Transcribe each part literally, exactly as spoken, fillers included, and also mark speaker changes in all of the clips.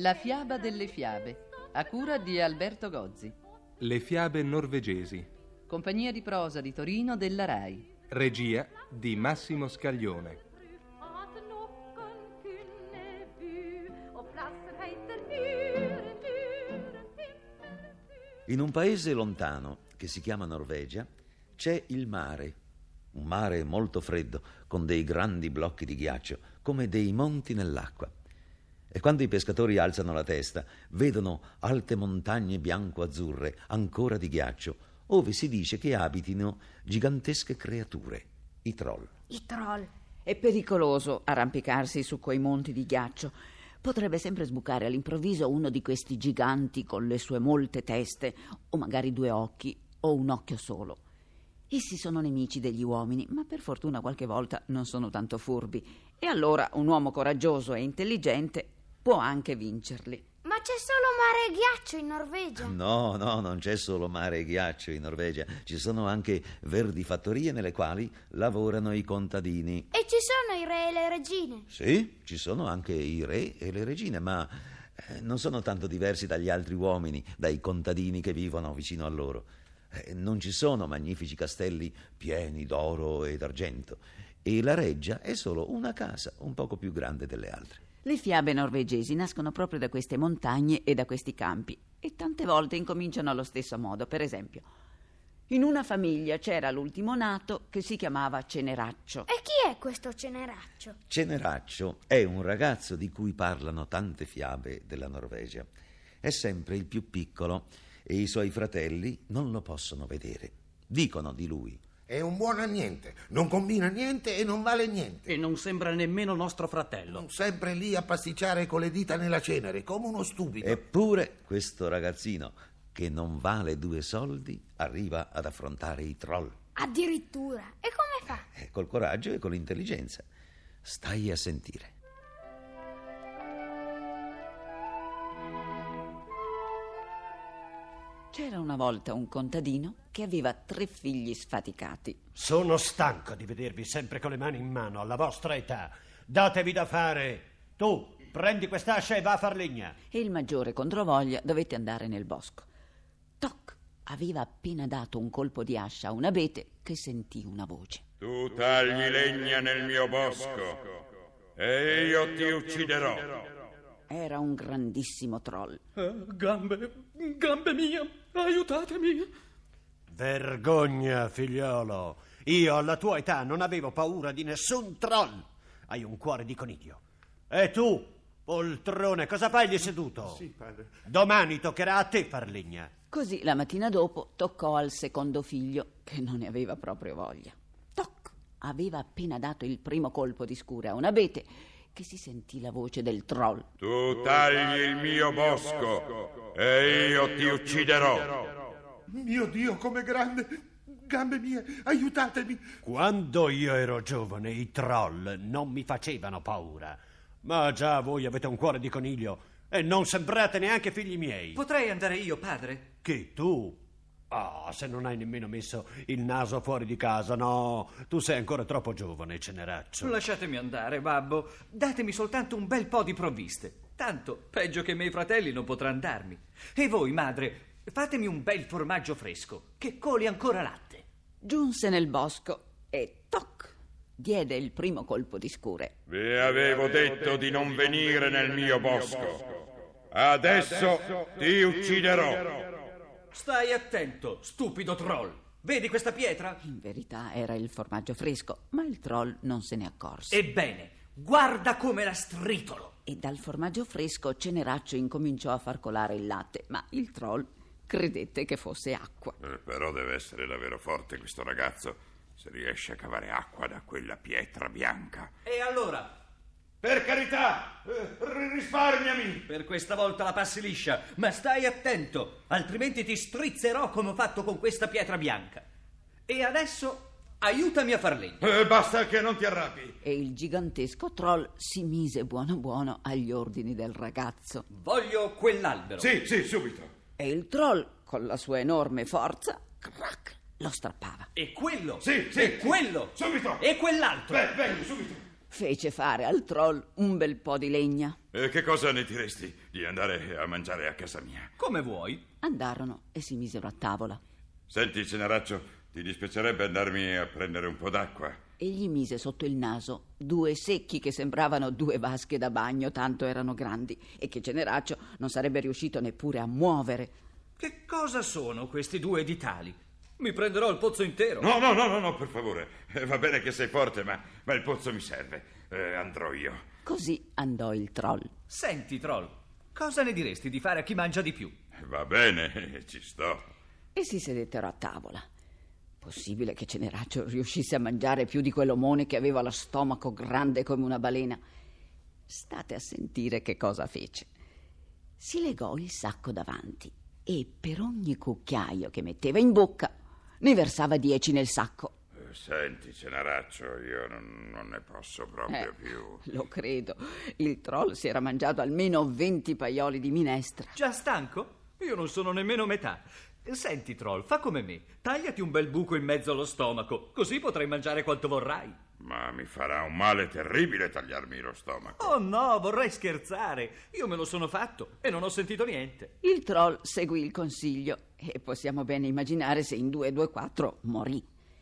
Speaker 1: La fiaba delle fiabe, a cura di Alberto Gozzi.
Speaker 2: Le fiabe norvegesi.
Speaker 1: Compagnia di prosa di Torino della Rai.
Speaker 2: Regia di Massimo Scaglione.
Speaker 3: In un paese lontano, che si chiama Norvegia, c'è il mare. Un mare molto freddo, con dei grandi blocchi di ghiaccio, come dei monti nell'acqua. E quando i pescatori alzano la testa, vedono alte montagne bianco-azzurre, ancora di ghiaccio, ove si dice che abitino gigantesche creature, i troll.
Speaker 4: I troll.
Speaker 5: È pericoloso arrampicarsi su quei monti di ghiaccio. Potrebbe sempre sbucare all'improvviso uno di questi giganti con le sue molte teste, o magari due occhi, o un occhio solo. Essi sono nemici degli uomini, ma per fortuna qualche volta non sono tanto furbi, e allora un uomo coraggioso e intelligente può anche vincerli.
Speaker 4: Ma c'è solo mare e ghiaccio in Norvegia?
Speaker 3: No, no, non c'è solo mare e ghiaccio in Norvegia. Ci sono anche verdi fattorie nelle quali lavorano i contadini.
Speaker 4: E ci sono i re e le regine?
Speaker 3: Sì, ci sono anche i re e le regine, ma eh, non sono tanto diversi dagli altri uomini, dai contadini che vivono vicino a loro. Eh, non ci sono magnifici castelli pieni d'oro e d'argento. E la reggia è solo una casa un poco più grande delle altre.
Speaker 5: Le fiabe norvegesi nascono proprio da queste montagne e da questi campi e tante volte incominciano allo stesso modo. Per esempio, in una famiglia c'era l'ultimo nato che si chiamava Ceneraccio.
Speaker 4: E chi è questo Ceneraccio?
Speaker 3: Ceneraccio è un ragazzo di cui parlano tante fiabe della Norvegia. È sempre il più piccolo e i suoi fratelli non lo possono vedere. Dicono di lui:
Speaker 6: è un buono a niente, non combina niente e non vale niente.
Speaker 7: E non sembra nemmeno nostro fratello.
Speaker 6: Sempre lì a pasticciare con le dita nella cenere, come uno stupido.
Speaker 3: Eppure questo ragazzino, che non vale due soldi, arriva ad affrontare i troll.
Speaker 4: Addirittura? E come fa?
Speaker 3: Eh, col coraggio e con l'intelligenza. Stai a sentire.
Speaker 5: C'era una volta un contadino che aveva tre figli sfaticati.
Speaker 8: Sono stanco di vedervi sempre con le mani in mano alla vostra età. Datevi da fare. Tu, prendi quest'ascia e va a far legna.
Speaker 5: E il maggiore, controvoglia, dovette andare nel bosco. Toc! Aveva appena dato un colpo di ascia a un abete che sentì una voce.
Speaker 9: Tu tagli legna nel mio bosco e io ti ucciderò.
Speaker 5: Era un grandissimo troll.
Speaker 7: Uh, gambe, gambe mie, aiutatemi.
Speaker 8: Vergogna, figliolo. Io alla tua età non avevo paura di nessun troll. Hai un cuore di coniglio. E tu, poltrone, cosa fai lì seduto?
Speaker 6: Sì, padre.
Speaker 8: Domani toccherà a te far legna.
Speaker 5: Così la mattina dopo toccò al secondo figlio, che non ne aveva proprio voglia. Toc! Aveva appena dato il primo colpo di scure a un abete che si sentì la voce del troll.
Speaker 9: Tu tagli il mio bosco e io ti ucciderò.
Speaker 6: Mio Dio, com'è grande! Gambe mie, aiutatemi!
Speaker 8: Quando io ero giovane i troll non mi facevano paura. Ma già voi avete un cuore di coniglio e non sembrate neanche figli miei.
Speaker 7: Potrei andare io, padre?
Speaker 8: Chi, tu? Ah, se non hai nemmeno messo il naso fuori di casa, no, tu sei ancora troppo giovane, Ceneraccio.
Speaker 7: Lasciatemi andare, babbo. Datemi soltanto un bel po' di provviste. Tanto, peggio che i miei fratelli non potranno darmi. E voi, madre, fatemi un bel formaggio fresco, che coli ancora latte.
Speaker 5: Giunse nel bosco e toc! Diede il primo colpo di scure.
Speaker 9: Vi avevo detto di non venire nel mio bosco. Adesso ti ucciderò.
Speaker 7: Stai attento, stupido troll. Vedi questa pietra?
Speaker 5: In verità era il formaggio fresco, ma il troll non se ne accorse.
Speaker 7: Ebbene, guarda come la stritolo.
Speaker 5: E dal formaggio fresco Ceneraccio incominciò a far colare il latte, ma il troll credette che fosse acqua.
Speaker 9: Eh, però deve essere davvero forte questo ragazzo, se riesce a cavare acqua da quella pietra bianca.
Speaker 7: E allora?
Speaker 9: Per carità, eh, risparmiami.
Speaker 7: Per questa volta la passi liscia, ma stai attento, altrimenti ti strizzerò come ho fatto con questa pietra bianca. E adesso aiutami a far legna.
Speaker 9: Eh, basta che non ti arrabbi.
Speaker 5: E il gigantesco troll si mise buono buono agli ordini del ragazzo.
Speaker 7: Voglio quell'albero.
Speaker 9: Sì, sì, subito.
Speaker 5: E il troll, con la sua enorme forza, crac, lo strappava.
Speaker 7: E quello?
Speaker 9: Sì, sì.
Speaker 7: E quello?
Speaker 9: Subito.
Speaker 7: E quell'altro?
Speaker 9: Beh, vengo, subito.
Speaker 5: Fece fare al troll un bel po' di legna.
Speaker 9: eh, che cosa ne diresti di andare a mangiare a casa mia?
Speaker 7: Come vuoi.
Speaker 5: Andarono e si misero a tavola.
Speaker 9: Senti, Ceneraccio, ti dispiacerebbe andarmi a prendere un po' d'acqua?
Speaker 5: E gli mise sotto il naso due secchi che sembravano due vasche da bagno, tanto erano grandi, e che Ceneraccio non sarebbe riuscito neppure a muovere.
Speaker 7: Che cosa sono questi due ditali? Mi prenderò il pozzo intero.
Speaker 9: No, no, no, no, no, per favore. Eh, va bene che sei forte, ma, ma il pozzo mi serve. Eh, andrò io.
Speaker 5: Così andò il troll.
Speaker 7: Senti, troll, cosa ne diresti di fare a chi mangia di più?
Speaker 9: Va bene, ci sto.
Speaker 5: E si sedettero a tavola. Possibile che Ceneraccio riuscisse a mangiare più di quell'omone che aveva lo stomaco grande come una balena? State a sentire che cosa fece. Si legò il sacco davanti e per ogni cucchiaio che metteva in bocca ne versava dieci nel sacco.
Speaker 9: Eh, senti, Ceneraccio, io non, non ne posso proprio
Speaker 5: Eh,
Speaker 9: più.
Speaker 5: Lo credo. Il troll si era mangiato almeno venti paioli di minestra.
Speaker 7: Già stanco? Io non sono nemmeno metà. Senti, troll, fa come me. Tagliati un bel buco in mezzo allo stomaco, così potrai mangiare quanto vorrai.
Speaker 9: Ma mi farà un male terribile tagliarmi lo stomaco.
Speaker 7: Oh no, vorrei scherzare. Io me lo sono fatto e non ho sentito niente.
Speaker 5: Il troll seguì il consiglio e possiamo bene immaginare se in due due quattro morì.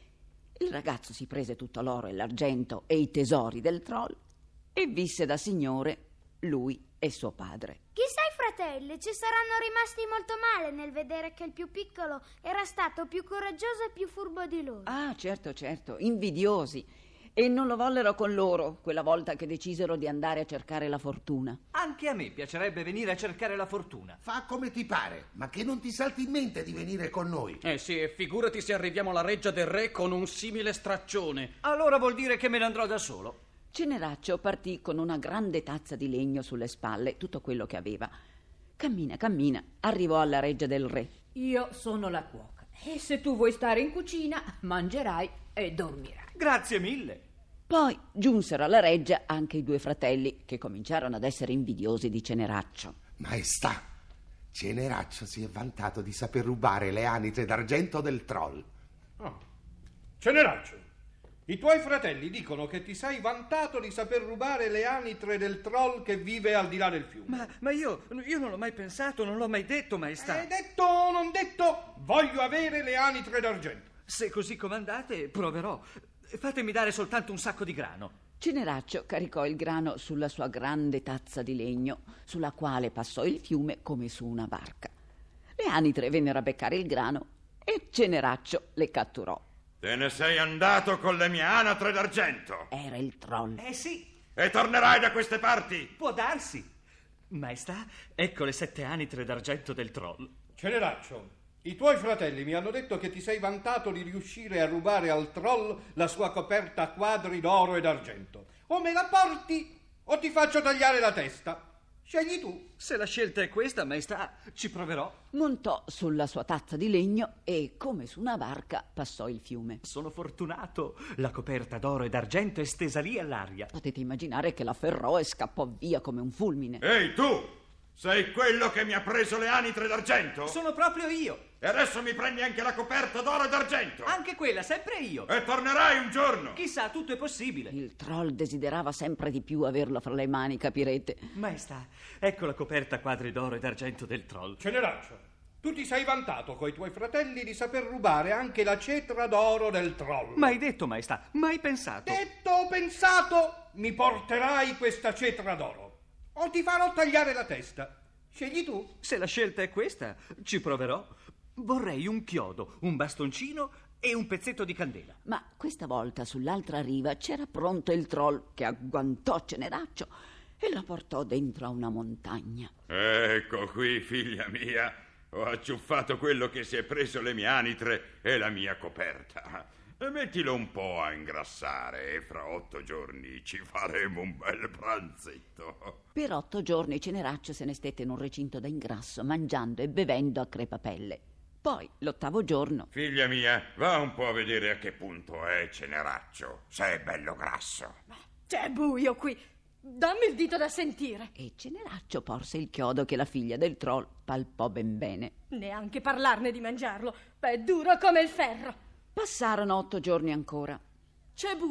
Speaker 5: Il ragazzo si prese tutto l'oro e l'argento e i tesori del troll e visse da signore lui e suo padre.
Speaker 4: Chissà i fratelli, ci saranno rimasti molto male nel vedere che il più piccolo era stato più coraggioso e più furbo di loro.
Speaker 5: Ah, certo, certo, invidiosi. E non lo vollero con loro quella volta che decisero di andare a cercare la fortuna.
Speaker 7: Anche a me piacerebbe venire a cercare la fortuna.
Speaker 6: Fa come ti pare, ma che non ti salti in mente di venire con noi.
Speaker 10: Eh sì, e figurati se arriviamo alla reggia del re con un simile straccione.
Speaker 7: Allora vuol dire che me ne andrò da solo.
Speaker 5: Ceneraccio partì con una grande tazza di legno sulle spalle, tutto quello che aveva. Cammina, cammina, arrivò alla reggia del re.
Speaker 11: Io sono la cuoca e se tu vuoi stare in cucina, mangerai e dormirai.
Speaker 7: Grazie mille.
Speaker 5: Poi giunsero alla reggia anche i due fratelli, che cominciarono ad essere invidiosi di Ceneraccio.
Speaker 6: Maestà, Ceneraccio si è vantato di saper rubare le anitre d'argento del troll.
Speaker 12: Oh. Ceneraccio, i tuoi fratelli dicono che ti sei vantato di saper rubare le anitre del troll che vive al di là del fiume.
Speaker 7: Ma, ma io, io non l'ho mai pensato, non l'ho mai detto, maestà.
Speaker 12: Hai detto o non detto? Voglio avere le anitre d'argento.
Speaker 7: Se così comandate, proverò. Fatemi dare soltanto un sacco di grano.
Speaker 5: Ceneraccio caricò il grano sulla sua grande tazza di legno, sulla quale passò il fiume come su una barca. Le anitre vennero a beccare il grano e Ceneraccio le catturò.
Speaker 9: Te ne sei andato con le mie anatre d'argento.
Speaker 5: Era il troll.
Speaker 7: Eh sì.
Speaker 9: E tornerai da queste parti.
Speaker 7: Può darsi. Maestà, ecco le sette anitre d'argento del troll.
Speaker 12: Ceneraccio, i tuoi fratelli mi hanno detto che ti sei vantato di riuscire a rubare al troll la sua coperta a quadri d'oro e d'argento. O me la porti o ti faccio tagliare la testa. Scegli tu.
Speaker 7: Se la scelta è questa, maestà, ci proverò.
Speaker 5: Montò sulla sua tazza di legno e, come su una barca, passò il fiume.
Speaker 7: Sono fortunato. La coperta d'oro e d'argento è stesa lì all'aria.
Speaker 5: Potete immaginare che la afferrò e scappò via come un fulmine.
Speaker 9: Ehi, tu! Sei quello che mi ha preso le anitre d'argento?
Speaker 7: Sono proprio io.
Speaker 9: E adesso mi prendi anche la coperta d'oro e d'argento?
Speaker 7: Anche quella, sempre io.
Speaker 9: E tornerai un giorno.
Speaker 7: Chissà, tutto è possibile.
Speaker 5: Il troll desiderava sempre di più averlo fra le mani, capirete.
Speaker 7: Maestà, ecco la coperta a quadri d'oro e d'argento del troll.
Speaker 12: Ceneraccio, tu ti sei vantato coi tuoi fratelli di saper rubare anche la cetra d'oro del troll.
Speaker 7: Mai detto, maestà, mai pensato.
Speaker 12: Detto o pensato, mi porterai questa cetra d'oro. O ti farò tagliare la testa. Scegli tu.
Speaker 7: Se la scelta è questa, ci proverò. Vorrei un chiodo, un bastoncino e un pezzetto di candela.
Speaker 5: Ma questa volta sull'altra riva c'era pronto il troll che agguantò Ceneraccio e la portò dentro a una montagna.
Speaker 9: Ecco qui, figlia mia, ho acciuffato quello che si è preso le mie anitre e la mia coperta. E mettilo un po' a ingrassare e fra otto giorni ci faremo un bel pranzetto.
Speaker 5: Per otto giorni Ceneraccio se ne stette in un recinto da ingrasso, mangiando e bevendo a crepapelle. Poi, l'ottavo giorno...
Speaker 9: Figlia mia, va un po' a vedere a che punto è Ceneraccio, se è bello grasso.
Speaker 11: C'è buio qui. Dammi il dito da sentire.
Speaker 5: E Ceneraccio porse il chiodo che la figlia del troll palpò ben bene.
Speaker 11: Neanche parlarne di mangiarlo. È duro come il ferro.
Speaker 5: Passarono otto giorni ancora.
Speaker 11: C'è buio.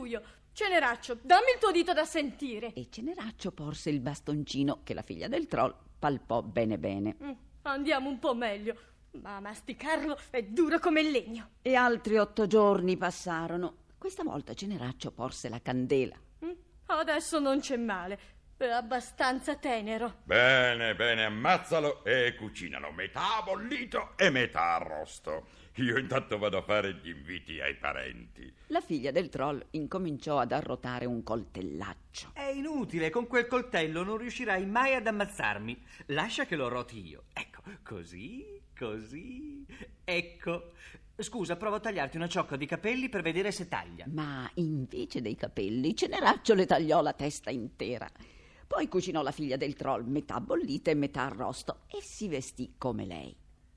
Speaker 13: Ceneraccio, dammi il tuo dito da sentire.
Speaker 5: E Ceneraccio porse il bastoncino che la figlia del troll palpò bene bene.
Speaker 13: Mm, andiamo un po' meglio, ma masticarlo è duro come il legno.
Speaker 5: E altri otto giorni passarono. Questa volta Ceneraccio porse la candela.
Speaker 13: Mm, adesso non c'è male, è abbastanza tenero.
Speaker 9: Bene, bene, ammazzalo e cucinalo, metà bollito e metà arrosto. Io intanto vado a fare gli inviti ai parenti.
Speaker 5: La figlia del troll incominciò ad arrotare un coltellaccio.
Speaker 7: È inutile, con quel coltello non riuscirai mai ad ammazzarmi. Lascia che lo roti io. Ecco, così, così, ecco. Scusa, provo a tagliarti una ciocca di capelli per vedere se taglia.
Speaker 5: Ma invece dei capelli, Ceneraccio le tagliò la testa intera. Poi cucinò la figlia del troll, metà bollita e metà arrosto, e si vestì come lei.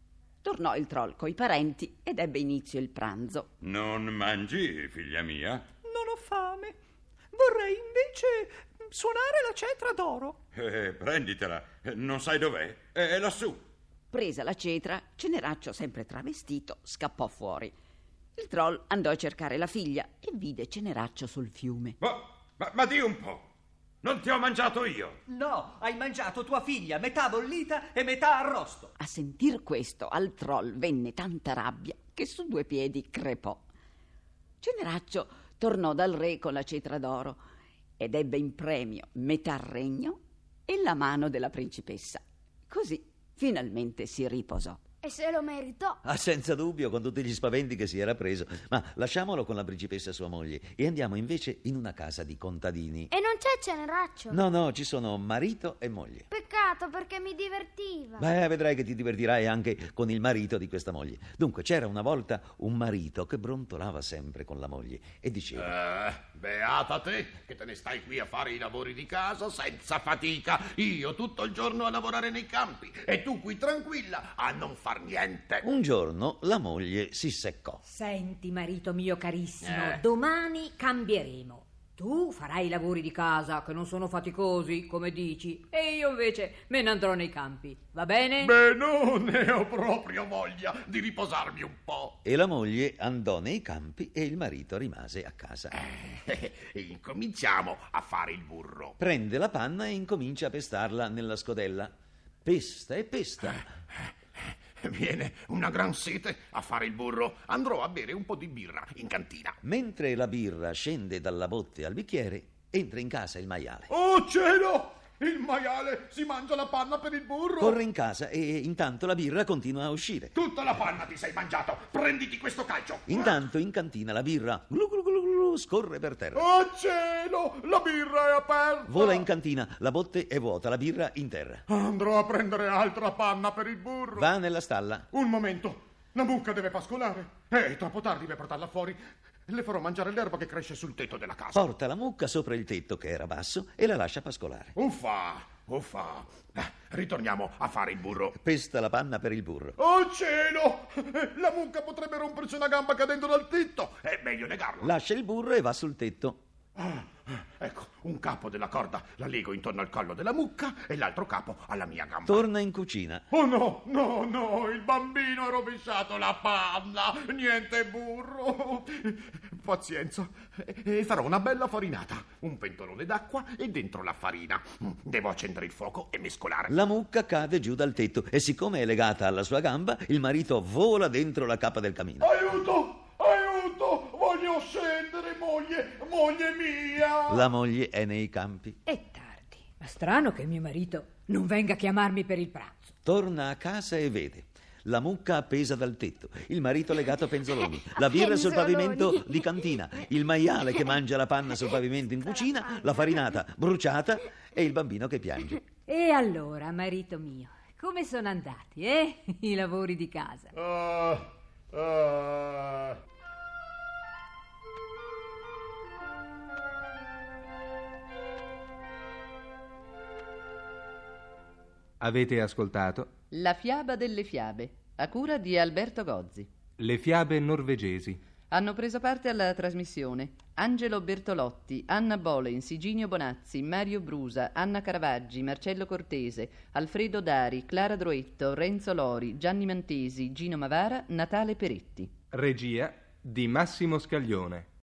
Speaker 5: Tornò il troll coi parenti ed ebbe inizio il pranzo.
Speaker 9: Non mangi, figlia mia?
Speaker 10: Non ho fame. Vorrei invece suonare la cetra d'oro.
Speaker 9: Eh, prenditela. Non sai dov'è? È lassù.
Speaker 5: Presa la cetra, Ceneraccio, sempre travestito, scappò fuori. Il troll andò a cercare la figlia e vide Ceneraccio sul fiume.
Speaker 9: Ma, ma, ma di un po'. Non ti ho mangiato io.
Speaker 7: No, hai mangiato tua figlia, metà bollita e metà arrosto.
Speaker 5: A sentir questo, al troll venne tanta rabbia che su due piedi crepò. Ceneraccio tornò dal re con la cetra d'oro ed ebbe in premio metà regno e la mano della principessa. Così finalmente si riposò.
Speaker 4: E se lo meritò.
Speaker 3: Ah, senza dubbio, con tutti gli spaventi che si era preso. Ma lasciamolo con la principessa sua moglie e andiamo invece in una casa di contadini.
Speaker 4: E non c'è Ceneraccio?
Speaker 3: No, no, ci sono marito e moglie.
Speaker 4: Peccato, perché mi divertiva.
Speaker 3: Beh, vedrai che ti divertirai anche con il marito di questa moglie. Dunque, c'era una volta un marito che brontolava sempre con la moglie e diceva:
Speaker 6: Eh, beata te, che te ne stai qui a fare i lavori di casa senza fatica. Io tutto il giorno a lavorare nei campi e tu qui tranquilla a non far niente.
Speaker 3: Un giorno la moglie si seccò.
Speaker 11: Senti, marito mio carissimo,
Speaker 6: Eh.
Speaker 11: domani cambieremo. Tu farai i lavori di casa, che non sono faticosi, come dici, e io invece me ne andrò nei campi. Va bene?
Speaker 6: Beh, non ne ho proprio voglia di riposarmi un po'.
Speaker 3: E la moglie andò nei campi e il marito rimase a casa.
Speaker 6: Eh, incominciamo a fare il burro.
Speaker 3: Prende la panna e incomincia a pestarla nella scodella. Pesta e pesta.
Speaker 6: Viene una gran sete a fare il burro. Andrò a bere un po' di birra in cantina.
Speaker 3: Mentre la birra scende dalla botte al bicchiere, entra in casa il maiale.
Speaker 6: Oh cielo! Il maiale si mangia la panna per il burro.
Speaker 3: Corre in casa e intanto la birra continua a uscire.
Speaker 6: Tutta la panna ti sei mangiato. Prenditi questo calcio.
Speaker 3: Intanto in cantina la birra glu glu glu glu, scorre per terra.
Speaker 6: Oh cielo! La birra è aperta.
Speaker 3: Vola in cantina, la botte è vuota, la birra in terra.
Speaker 6: Andrò a prendere altra panna per il burro.
Speaker 3: Va nella stalla.
Speaker 6: Un momento. La mucca deve pascolare. È troppo tardi per portarla fuori. Le farò mangiare l'erba che cresce sul tetto della casa.
Speaker 3: Porta la mucca sopra il tetto che era basso e la lascia pascolare.
Speaker 6: Uffa, uffa. Eh, ritorniamo a fare il burro.
Speaker 3: Pesta la panna per il burro.
Speaker 6: Oh cielo! La mucca potrebbe rompersi una gamba cadendo dal tetto. È meglio negarlo.
Speaker 3: Lascia il burro e va sul tetto.
Speaker 6: Ah, ecco, un capo della corda la lego intorno al collo della mucca e l'altro capo alla mia gamba.
Speaker 3: Torna in cucina.
Speaker 6: Oh no, no, no, il bambino ha rovesciato la panna. Niente burro. Pazienza. E farò una bella farinata. Un pentolone d'acqua e dentro la farina. Devo accendere il fuoco e mescolare.
Speaker 3: La mucca cade giù dal tetto e siccome è legata alla sua gamba, il marito vola dentro la cappa del camino.
Speaker 6: Aiuto! Aiuto! Voglio scendere, moglie! Moglie mia!
Speaker 3: La moglie è nei campi.
Speaker 11: È tardi. Ma strano che mio marito non venga a chiamarmi per il pranzo.
Speaker 3: Torna a casa e vede la mucca appesa dal tetto, il marito legato a penzoloni, la birra sul pavimento di cantina, il maiale che mangia la panna sul pavimento in cucina, la farinata bruciata e il bambino che piange.
Speaker 11: E allora, marito mio, come sono andati, eh? I lavori di casa.
Speaker 6: Uh, uh...
Speaker 2: Avete ascoltato
Speaker 1: La fiaba delle fiabe, a cura di Alberto Gozzi.
Speaker 2: Le fiabe norvegesi.
Speaker 1: Hanno preso parte alla trasmissione Angelo Bertolotti, Anna Bolens, Iginio Bonazzi, Mario Brusa, Anna Caravaggi, Marcello Cortese, Alfredo Dari, Clara Droetto, Renzo Lori, Gianni Mantesi, Gino Mavara, Natale Peretti.
Speaker 2: Regia di Massimo Scaglione.